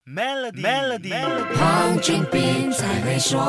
Melody， 黄俊斌才会说。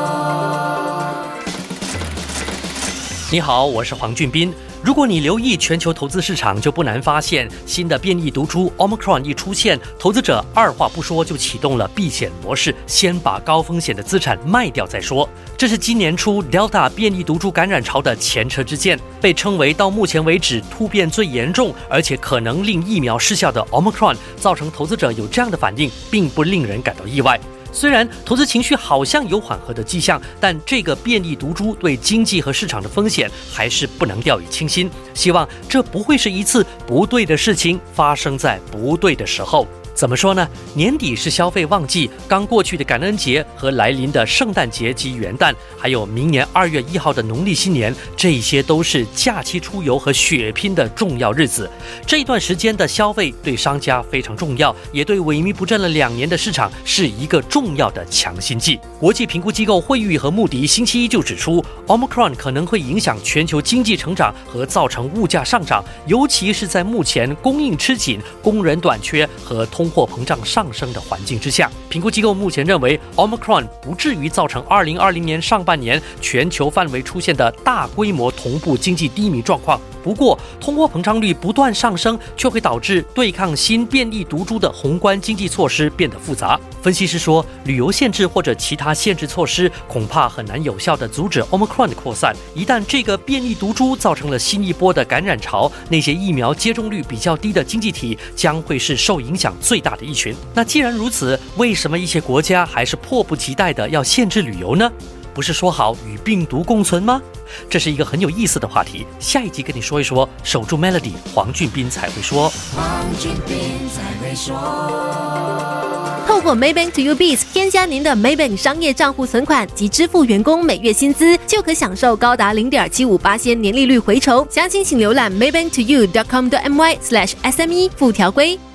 你好，我是黄俊斌。如果你留意全球投资市场，就不难发现新的变异毒株 Omicron 一出现，投资者二话不说就启动了避险模式，先把高风险的资产卖掉再说。这是今年初 Delta 变异毒株感染潮的前车之鉴，被称为到目前为止突变最严重，而且可能令疫苗失效的 Omicron， 造成投资者有这样的反应，并不令人感到意外。虽然投资情绪好像有缓和的迹象，但这个变异毒株对经济和市场的风险还是不能掉以轻心。希望这不会是一次不对的事情发生在不对的时候。怎么说呢？年底是消费旺季，刚过去的感恩节和来临的圣诞节及元旦，还有明年2月1号的农历新年，这些都是假期出游和血拼的重要日子。这一段时间的消费对商家非常重要，也对萎靡不振了2年的市场是一个重要的强心剂。国际评估机构惠誉和穆迪星期一就指出 ，Omicron 可能会影响全球经济成长和造成物价上涨，尤其是在目前供应吃紧、工人短缺和通货膨胀上升的环境之下。评估机构目前认为 Omicron 不至于造成2020年上半年全球范围出现的大规模同步经济低迷状况。不过，通货膨胀率不断上升，却会导致对抗新变异毒株的宏观经济措施变得复杂。分析师说，旅游限制或者其他限制措施恐怕很难有效地阻止 Omicron 的扩散。一旦这个变异毒株造成了新一波的感染潮，那些疫苗接种率比较低的经济体将会是受影响最大的一群。那既然如此，为什么一些国家还是迫不及待地要限制旅游呢？不是说好与病毒共存吗？这是一个很有意思的话题，下一集跟你说一说。守住 Melody， 黄俊斌才会说。 黄俊斌才会说。 透过 Maybank to UBiz 添加您的 Maybank 商业账户存款及支付员工每月薪资，就可享受高达 0.758% 年利率回酬。详情请浏览 maybanktoyou.com.my/SME 附条规。